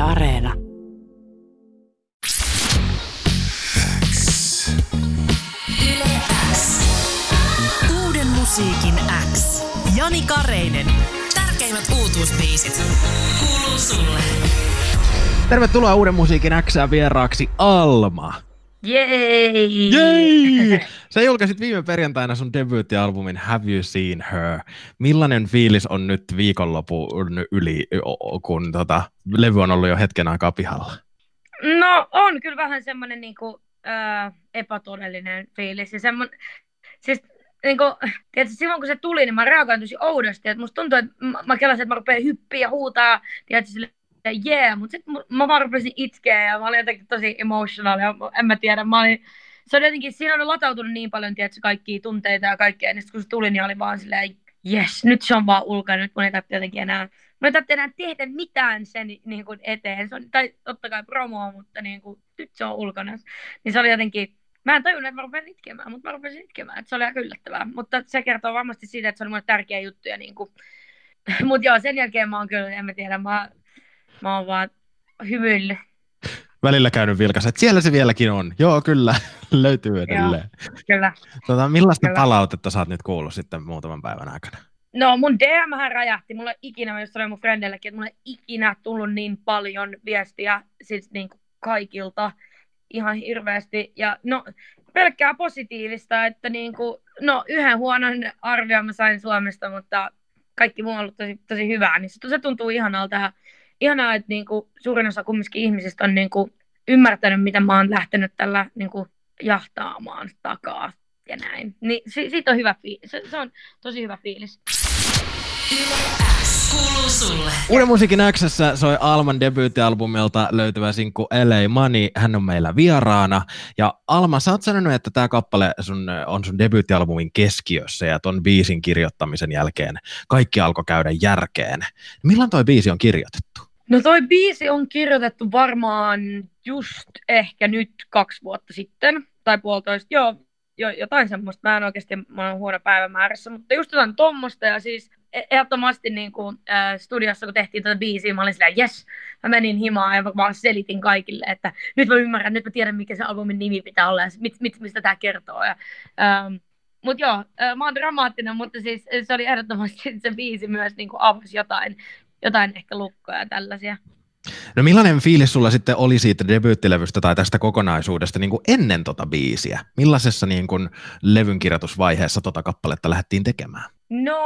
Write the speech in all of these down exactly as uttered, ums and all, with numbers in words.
Areena. Yle X. Uuden musiikin X. Jani Kareinen. Tärkeimmät uutuusbiisit. Kuuluu sulle. Tervetuloa Uuden musiikin X:ään vieraaksi Alma. Jei! Jei! Sä julkaisit viime perjantaina sun debyyttialbumin Have You Seen Her? Millainen fiilis on nyt viikonlopun yli, kun tota, levy on ollut jo hetken aikaa pihalla? No on kyllä vähän semmoinen niinku, äh, epätodellinen fiilis. Ja semmon, siis, niinku, tiedätkö, silloin kun se tuli, niin mä reagoin tosi oudosti. Et musta tuntuu, että mä, mä kelasin, että mä rupean hyppiä ja huutaa. Tiedätkö, sille, yeah, mutta sitten mä vaan rupesin itkeä ja mä olin jotenkin tosi emotional ja en mä tiedä, mä olin, se oli jotenkin, siinä on latautunut niin paljon, tiedätkö, kaikkia tunteita ja kaikkea, ja sitten kun se tuli, niin oli vaan silleen, jes, nyt se on vaan ulkona, nyt mun ei tarvitse jotenkin enää, mun ei tarvitse enää tehdä mitään sen niin kuin eteen, se on, tai totta kai promoa, mutta niin kuin, nyt se on ulkona, niin se oli jotenkin, mä en tajunnut, että mä rupesin itkemään, mutta mä rupesin itkemään, että se oli aika yllättävää, mutta se kertoo varmasti siitä, että se oli mulle tärkeä juttu, ja niin kuin, mutta joo, sen jälkeen mä oon kyllä, en mä tiedä, mä Mä oon vaan hymyillyt. Välillä käynyt vilkassa, että siellä se vieläkin on. Joo, kyllä. Löytyy edelleen. Joo, kyllä. Tota, millaista kyllä. palautetta sä oot nyt kuullut sitten muutaman päivän aikana? No mun D M:hän räjähti. Mulla ei ikinä, mä just sanoin mun frendeillekin, että mulla ei ikinä tullut niin paljon viestiä siis niin kuin kaikilta ihan hirveästi. Ja no pelkkää positiivista, että niin kuin, no yhden huonon arvion mä sain Suomesta, mutta kaikki muu on ollut tosi, tosi hyvää. Niin se, se tuntuu ihanalta. Ihanaa, että niinku suurin osa kumminkin ihmisistä on niinku ymmärtänyt, mitä mä oon lähtenyt tällä niinku jahtaamaan takaa ja näin. Niin si- siitä on hyvä fiilis. Se, se on tosi hyvä fiilis. Yle X. Kuuluu sulle. Uuden musiikin X:ssä soi Alman debyyttialbumilta löytyvä sinkku L A Money. Hän on meillä vieraana. Ja Alma, sä oot sanonut, että tää kappale sun, on sun debyyttialbumin keskiössä ja ton biisin kirjoittamisen jälkeen kaikki alkoi käydä järkeen. Milloin toi biisi on kirjoitettu? No toi biisi on kirjoitettu varmaan just ehkä nyt kaksi vuotta sitten. Tai puolitoista. Joo, jo, jotain semmoista. Mä en oikeasti, mä oon huono päivämäärässä. Mutta just jotain tommoista ja siis ehdottomasti niin kuin, äh, studiossa, kun tehtiin tätä biisiä, mä olin silleen, jes, mä menin himaan ja mä vaan selitin kaikille, että nyt mä ymmärrän, nyt mä tiedän, mikä se albumin nimi pitää olla ja mit, mit, mistä tää kertoo. Ja, ähm, mut joo, äh, mä oon dramaattinen, mutta siis se oli ehdottomasti se biisi myös niin kuin avasi jotain, jotain ehkä lukkoja ja tällaisia. No millainen fiilis sulla sitten oli siitä debyyttilevystä tai tästä kokonaisuudesta niin kuin ennen tota biisiä? Millaisessa niin kuin levynkirjoitusvaiheessa tota kappaletta lähdettiin tekemään? No,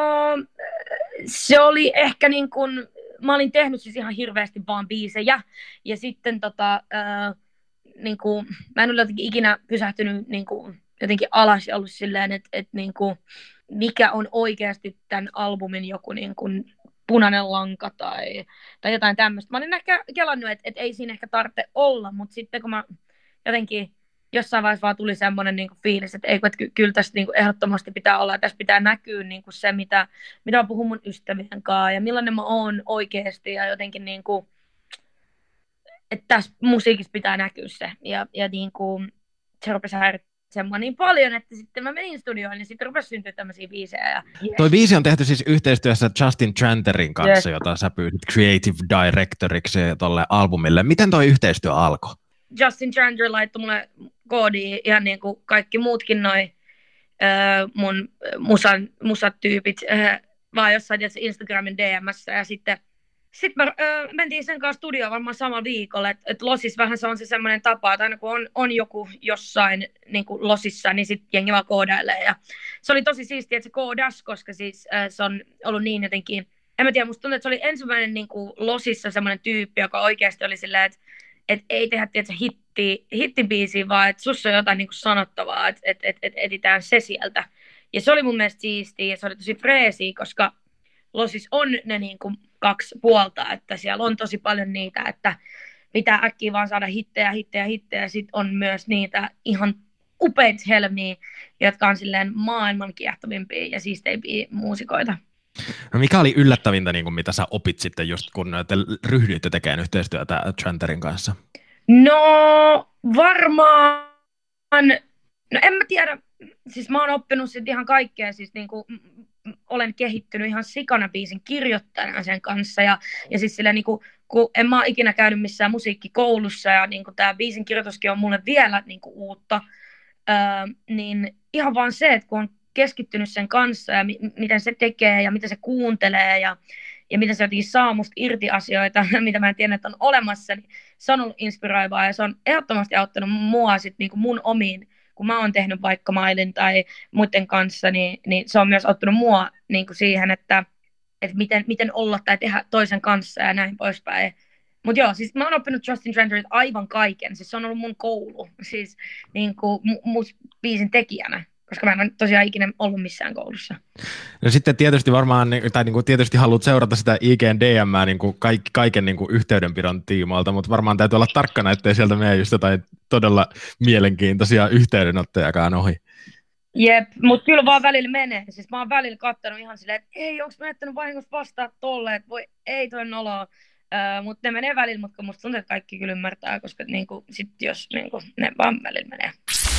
se oli ehkä niin kuin, mä olin tehnyt siis ihan hirveästi vaan biisejä, ja sitten tota, äh, niin kuin, mä en ole jotenkin ikinä pysähtynyt niin kuin, jotenkin alas ja ollut silleen, että, että niin kuin, mikä on oikeasti tämän albumin joku niin kuin, punainen lanka tai, tai jotain tämmöistä. Mä olin ehkä kelannut, että, että ei siinä ehkä tarvitse olla, mutta sitten kun mä jotenkin jossain vaiheessa vaan tuli semmoinen niin kuin fiilis, että, ei, että ky- kyllä tässä niin kuin ehdottomasti pitää olla ja tässä pitää näkyä niin kuin se, mitä, mitä mä puhun mun ystävien kanssa ja millainen mä oon oikeasti ja jotenkin niin kuin, että tässä musiikissa pitää näkyä se ja, ja niin kuin, se rupesi häiritsemään niin paljon, että sitten mä menin studioon ja sitten rupesi syntyä tämmöisiä biisejä. Ja Toi biisi on tehty siis yhteistyössä Justin Tranterin kanssa, yes, jota sä pyysit Creative Directoriksi tolle albumille. Miten toi yhteistyö alkoi? Justin Tranter laittoi mulle koodia ihan niin kuin kaikki muutkin noi äh, mun musan, musatyypit, äh, vaan jossain tietysti Instagramin D M:ssä ja sitten sit mä äh, mentiin sen kanssa studioon varmaan samalla viikolla, että et Losis vähän se on se semmoinen tapa, että aina kun on, on joku jossain niin kuin Losissa, niin sitten jengi vaan koodailee ja se oli tosi siistiä, että se koodas, koska siis äh, se on ollut niin jotenkin, en mä tiedä, musta tuntuu, että se oli ensimmäinen niin kuin Losissa semmoinen tyyppi, joka oikeasti oli silleen, että et ei tehdä tietysti hitti, hittibiisiä, vaan että sussa on jotain niin kuin sanottavaa, että et, et, et etitään se sieltä. Ja se oli mun mielestä siistiä ja se oli tosi freesiä, koska Losis on ne niin kuin kaksi puolta, että siellä on tosi paljon niitä, että pitää äkkiä vaan saada hittejä, hittejä, hittejä. Ja sitten on myös niitä ihan upeita helmiä, jotka on silleen maailman kiehtovimpia ja siisteimpiä muusikoita. No mikä oli yllättävintä, niin kuin mitä sä opit sitten just kun te ryhdyitte tekemään yhteistyötä Tranterin kanssa? No varmaan, no en mä tiedä, siis mä oon oppinut sit ihan kaikkea, siis niinku, olen kehittynyt ihan sikana biisin kirjoittajana sen kanssa. Ja, ja siis silleen, niin kuin, kun en mä ole ikinä käynyt missään musiikkikoulussa ja niin tämä biisin kirjoituskin on mulle vielä niin kuin, uutta, ää, niin ihan vaan se, että kun on keskittynyt sen kanssa ja mi- miten se tekee ja miten se kuuntelee ja, ja miten se jotenkin saa musta irti asioita, mitä mä en tiedä, että on olemassa, niin se on ollut inspiroivaa ja se on ehdottomasti auttanut mua sit niin kuin mun omiin, kun mä oon tehnyt vaikka Mailin tai muiden kanssa, niin, niin se on myös auttanut mua niin kuin siihen, että, että miten, miten olla tai tehdä toisen kanssa ja näin poispäin. Mutta joo, siis mä oon oppinut Justin Trantorilta aivan kaiken. Siis se on ollut mun koulu, siis niin kuin mun biisin tekijänä, koska mä en ole tosiaan ikinä ollut missään koulussa. No sitten tietysti varmaan, tai niin kuin tietysti haluat seurata sitä I G:n D M:ää niin kuin kaikki, kaiken niin kuin yhteydenpidon tiimoilta, mutta varmaan täytyy olla tarkkana, ettei sieltä mene just jotain todella mielenkiintoisia yhteydenottojakaan ohi. Jep, mutta kyllä vaan välillä menee. Siis mä oon välillä kattanut ihan silleen, että ei, onko mä jättänyt vahingossa vastaa tolle, että voi ei toi noloa. Uh, mutta ne menee välillä, mutta musta tuntuu, että kaikki kyllä ymmärtää, koska niinku, sit jos niinku, ne vaan välillä menee.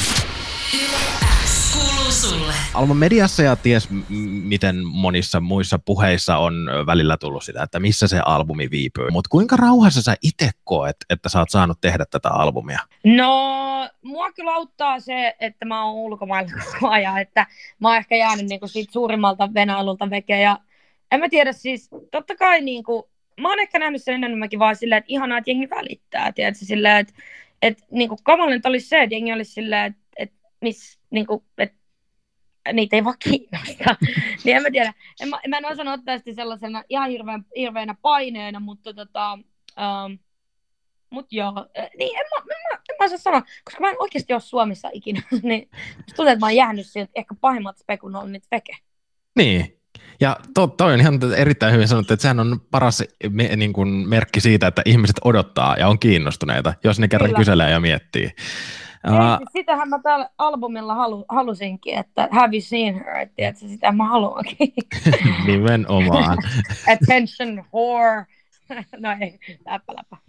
Yle X kuuluu sulle. Alma mediassa ja ties m- miten monissa muissa puheissa on välillä tullut sitä, että missä se albumi viipyy. Mutta kuinka rauhassa sä itse koet, että sä oot saanut tehdä tätä albumia? No, mua kyllä auttaa se, että mä oon ulkomailla koko ajan, että mä oon ehkä jäänyt niinku siitä suurimmalta venailulta veke. Ja en mä tiedä siis, totta kai niinku, mä oon ehkä nähnyt sen enemmänkin vaan silleen, että ihanaa, että jengi välittää, tiedätkö, silleen, että et, niinku, kamalinta olisi se, että jengi olisi silleen, että et, miss, niinku, et, niitä ei vaan kiinnosta. Niin en mä tiedä, en mä, mä en osannut ottaa sitä sellaisena ihan hirveän, hirveänä paineena, mutta tota, um, mut joo, niin en mä, en mä, en mä osaa sanoa, koska mä en oikeasti ole Suomessa ikinä, niin tuntuu, että mä oon jäänyt siltä, ehkä pahimmat spekun on niitä veke. Niin. Ja to, toi on ihan erittäin hyvin sanottu, että sehän on paras me, niin kuin merkki siitä, että ihmiset odottaa ja on kiinnostuneita, jos ne kerran Kyllä. kyselee ja miettii. Ei, uh, sitähän mä tällä albumilla halu, halusinkin, että have you seen her, että sitä mä haluankin. Nimenomaan. Attention whore. No ei, läppä läppä.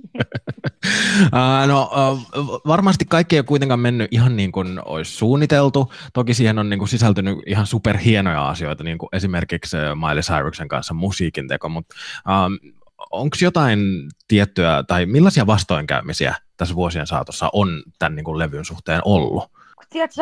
uh, no uh, varmasti kaikki ei ole kuitenkaan mennyt ihan niin kuin olisi suunniteltu. Toki siihen on niin kuin sisältynyt ihan superhienoja asioita, niin kuin esimerkiksi Miley Cyrusen kanssa musiikin teko, mutta um, onko jotain tiettyä, tai millaisia vastoinkäymisiä tässä vuosien saatossa on tämän niin kuin levyn suhteen ollut? Tiedätkö,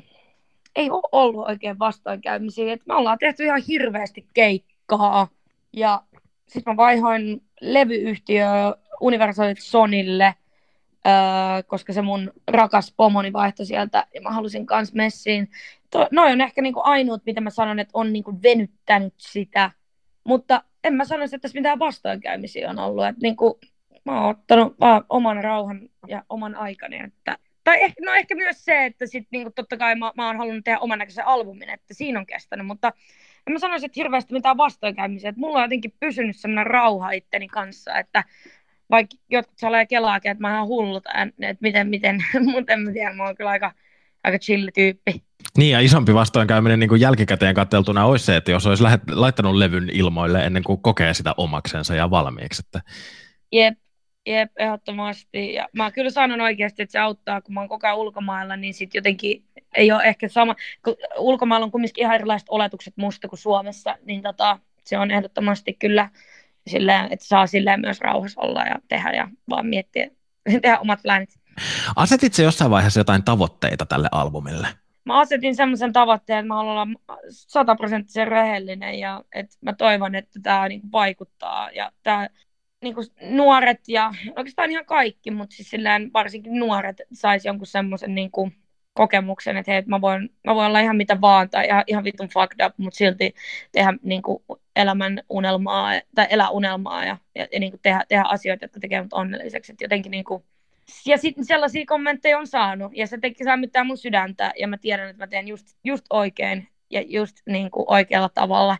ei ole ollut oikein vastoinkäymisiä. Me ollaan tehty ihan hirveästi keikkaa, ja sitten mä vaihoin levyyhtiö Universal Sonylle, öö, koska se mun rakas pomoni vaihtoi sieltä, ja mä halusin kans messiin. To, noi on ehkä niinku ainoat, mitä mä sanon, että on niinku venyttänyt sitä, mutta en mä sanoisi, että tässä mitään vastoinkäymisiä on ollut. Et niinku, mä oon ottanut vaan oman rauhan ja oman aikani. Että, tai ehkä, no ehkä myös se, että sit, niinku, totta kai mä, mä oon halunnut tehdä oman näköisen albumin, että siinä on kestänyt, mutta en mä sanoisi, että hirveästi mitään vastoinkäymisiä. Että mulla on jotenkin pysynyt sellainen rauha itteni kanssa, että vaikka jotkut saa kelaakin, että mä oon hullu, että miten, miten, mutta en mä tiedä, mä oon kyllä aika, aika chill tyyppi. Niin, ja isompi vastoinkäyminen niin kuin jälkikäteen katseltuna olisi se, että jos olisi lähet, laittanut levyn ilmoille ennen kuin kokee sitä omaksensa ja valmiiksi. Että... Jep, jep, ehdottomasti. Ja mä kyllä sanon oikeasti, että se auttaa, kun mä oon koko ajan ulkomailla, niin sit jotenkin ei ole ehkä sama, kun ulkomailla on kumminkin ihan erilaiset oletukset musta kuin Suomessa, niin tota, se on ehdottomasti kyllä silleen, että saa silleen myös rauhassa olla ja tehdä ja vaan miettiä, tehdä omat plänit. Asetit se jossain vaiheessa jotain tavoitteita tälle albumille? Mä asetin semmoisen tavoitteen, että mä haluan olla sataprosenttisen rehellinen ja että mä toivon, että tämä niinku vaikuttaa. Ja tää, niinku nuoret ja oikeastaan ihan kaikki, mutta siis silleen varsinkin nuoret saisi jonkun semmoisen niinku kokemuksen, että hei, että mä voin, mä voin olla ihan mitä vaan tai ihan, ihan vitun fucked up, mutta silti tehdä niinku elämän unelmaa tai elää unelmaa ja, ja, ja niinku tehdä, tehdä asioita, jotka tekee mut onnelliseksi. Et jotenkin niinku ja sitten sellaisia kommentteja on saanut, ja se teki saammittaa mun sydäntä, ja mä tiedän, että mä teen just, just oikein, ja just niin kuin oikealla tavalla.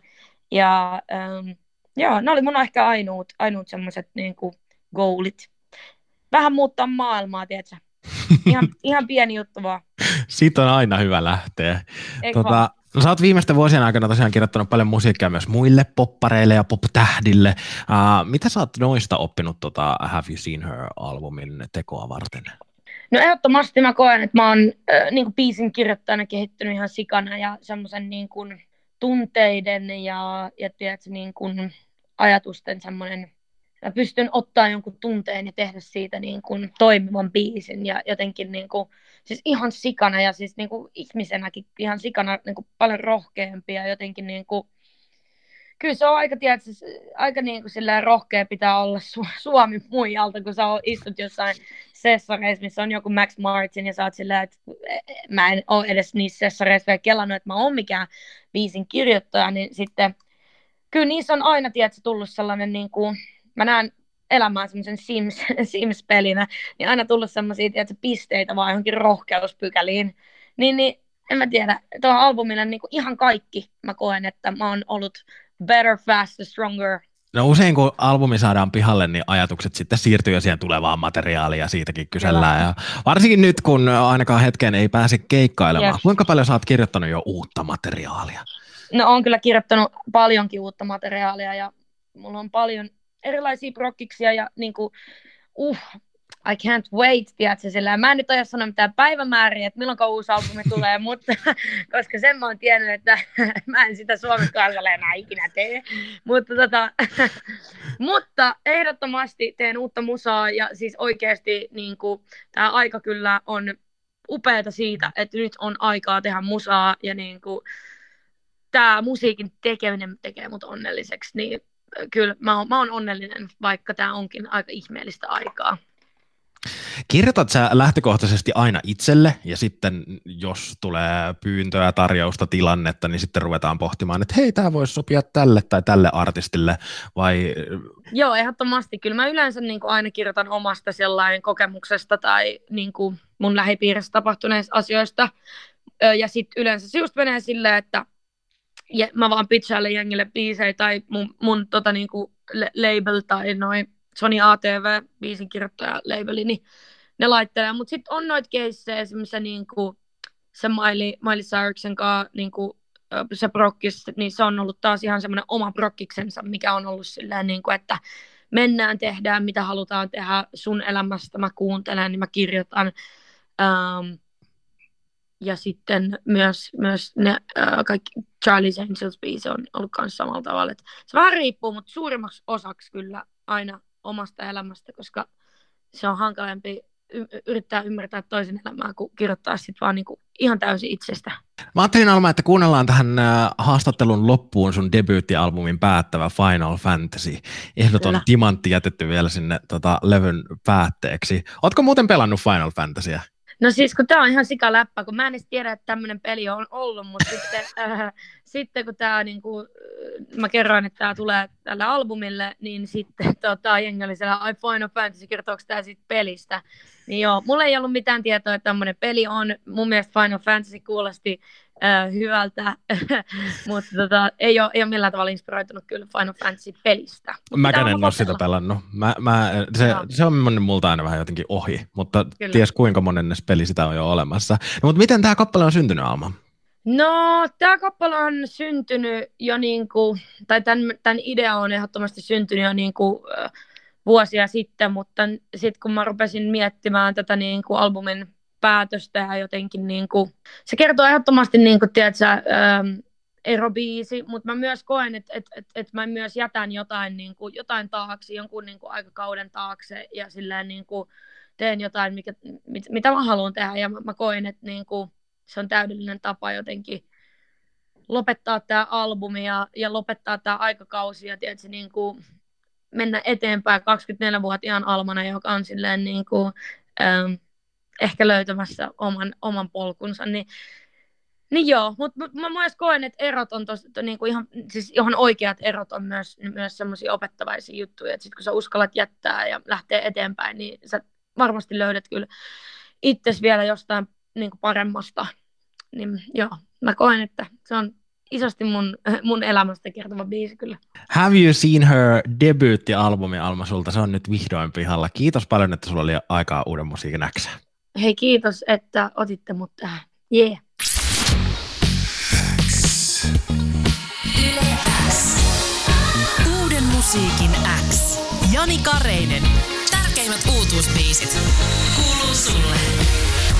Ja ähm, joo, ne oli mun ehkä ainoat, ainoat semmoiset niin kuin goalit. Vähän muuttaa maailmaa, tiedätkö? Ihan, ihan pieni juttu vaan. Siitä on aina hyvä lähteä. Tota, no, sä oot viimeisten vuosien aikana tosiaan kirjoittanut paljon musiikkia myös muille poppareille ja pop-tähdille. Uh, mitä sä oot noista oppinut tota Have You Seen Her-albumin tekoa varten? No ehdottomasti mä koen, että mä oon äh, niin kuin biisin kirjoittajana kehittynyt ihan sikana ja semmoisen niin kuin tunteiden ja, ja tiedätkö, niin kuin ajatusten semmoinen, mä pystyn ottaa jonkun tunteen ja tehdä siitä niin kuin toimivan biisin ja jotenkin niin kuin, siis ihan sikana ja siis niin kuin ihmisenäkin ihan sikana niin kuin paljon rohkeampi ja jotenkin niin kuin, kyllä se on aika, tiedätkö, aika niin kuin silleen rohkea pitää olla Su- Suomi muijalta, kun sä istut jossain sessareissa, missä on joku Max Martin ja sä oot silleen, että mä en ole edes niissä sessareissa vielä kelannut, että mä oon mikään biisin kirjoittaja, niin sitten kyllä niissä on aina, tiedätkö, tullut sellainen niin kuin, mä näen elämää semmoisen Sims, Sims-pelinä, niin aina tullut semmoisia, tiedätkö, pisteitä vaan johonkin rohkeuspykäliin, niin, niin en mä tiedä, tuohon albumille niin kuin ihan kaikki mä koen, että mä oon ollut better, faster, stronger. No usein kun albumi saadaan pihalle, niin ajatukset sitten siirtyy jo siihen tulevaan materiaaliin ja siitäkin kysellään. Ja varsinkin nyt, kun ainakaan hetkeen ei pääse keikkailemaan. Yes. Kuinka paljon sä oot kirjoittanut jo uutta materiaalia? No oon kyllä kirjoittanut paljonkin uutta materiaalia ja mulla on paljon erilaisia prokkiksia ja niinku, uh, I can't wait, tiedätkö, sillä mä en nyt aio sanoa mitään päivämääriä, että milloin uusi albumi tulee, mutta koska sen mä oon tiennyt, että mä en sitä Suomen kansalle enää ikinä tee, mutta, tota, mutta ehdottomasti teen uutta musaa ja siis oikeasti niin kuin, tää aika kyllä on upeata siitä, että nyt on aikaa tehdä musaa ja niin kuin, tää musiikin tekeminen tekee mut onnelliseksi, niin kyllä mä oon, mä oon onnellinen, vaikka tää onkin aika ihmeellistä aikaa. Kirjoitat sä lähtökohtaisesti aina itselle ja sitten jos tulee pyyntöä, tarjousta, tilannetta, niin sitten ruvetaan pohtimaan, että hei, tää voisi sopia tälle tai tälle artistille vai? Joo, ehdottomasti. Kyllä mä yleensä niin kuin aina kirjoitan omasta sellainen kokemuksesta tai niin kuin mun lähipiirissä tapahtuneista asioista ja sitten yleensä se just menee silleen, että mä vaan pitchailen jengille biisejä tai mun, mun tota, niin kuin label tai noin Sony A T V, biisin kirjoittaja labeli, niin ne laittelee. Mutta sitten on noita keissejä, missä niinku se Miley, Miley Cyrusen kanssa niinku, se prokkis, niin se on ollut taas ihan semmoinen oma prokkiksensa, mikä on ollut silleen, niinku, että mennään, tehdään, mitä halutaan tehdä sun elämästä, mä kuuntelen, niin mä kirjoitan. Um, ja sitten myös, myös ne uh, kaikki Charlie's Angels-biisi on ollut myös samalla tavalla. Et se vähän riippuu, mutta suurimmaksi osaksi kyllä aina omasta elämästä, koska se on hankalempi y- yrittää ymmärtää toisen elämää, kuin kirjoittaa sitten vaan niinku ihan täysin itsestä. Mä ajattelin, Alma, että kuunnellaan tähän haastattelun loppuun sun debyyttialbumin päättävä Final Fantasy. Ehdoton Kyllä. timantti jätetty vielä sinne tota, levyn päätteeksi. Ootko muuten pelannut Final Fantasyä? No siis kun tää on ihan sikaläppä, kun mä en edes tiedä, että tämmönen peli on ollut, mutta sitten, äh, sitten kun tää niinku, mä kerroin, että tää tulee tälle albumille, niin sitten tota, jengi oli siellä, ai Final Fantasy, kertooko tää siitä pelistä? Niin joo, mulla ei ollut mitään tietoa, että tämmönen peli on. Mun mielestä Final Fantasy kuulosti äh, hyvältä, mutta tota, ei, ole, ei ole millään tavalla inspiroitunut kyllä Final Fantasy-pelistä. Mäkään en ole sitä pelannut. Mä, mä, se, no. se on multa aina vähän jotenkin ohi, mutta kyllä. Ties kuinka monennes peli sitä on jo olemassa. No, mutta miten tämä kappale on syntynyt, Alma? No, tämä kappale on syntynyt jo niin kuin, tai tämän, tämän idea on ehdottomasti syntynyt jo niin kuin, äh, vuosia sitten, mutta sitten kun mä rupesin miettimään tätä niin kuin albumin päätöstä ja jotenkin niin kuin, se kertoo ehdottomasti niin kuin, tiedätkö, ähm, erobiisi, mutta mä myös koen, että et, et, et mä myös jätän jotain, niin kuin, jotain taakse, jonkun niin kuin, aikakauden taakse ja silleen niin kuin, teen jotain, mikä, mit, mitä mä haluan tehdä ja mä, mä koen, että niin kuin, se on täydellinen tapa jotenkin lopettaa tämä albumi ja, ja lopettaa tämä aikakausi ja tiedätkö, niin kuin, mennä eteenpäin kaksikymmentäneljävuotiaan Almana, joka on silleen niin kuin, ähm, ehkä löytämässä oman, oman polkunsa, niin, niin joo, mutta mut mä myös koen, että erot on tos, to, niinku ihan, siis ihan oikeat erot on myös, myös semmoisia opettavaisia juttuja, että sit kun sä uskallat jättää ja lähtee eteenpäin, niin sä varmasti löydät kyllä itses vielä jostain niinku paremmasta, niin joo, mä koen, että se on isosti mun, mun elämästä kertova biisi kyllä. Have you seen her debyyttialbumi, Alma, sulta? Se on nyt vihdoin pihalla. Kiitos paljon, että sulla oli aikaa uuden musiikin X:ään. Hei, kiitos, että otitte mut tähän. Jee. Yeah. Uuden musiikin X. Jani Kareinen. Tärkeimmät uutuusbiisit. Kuuluu sulle.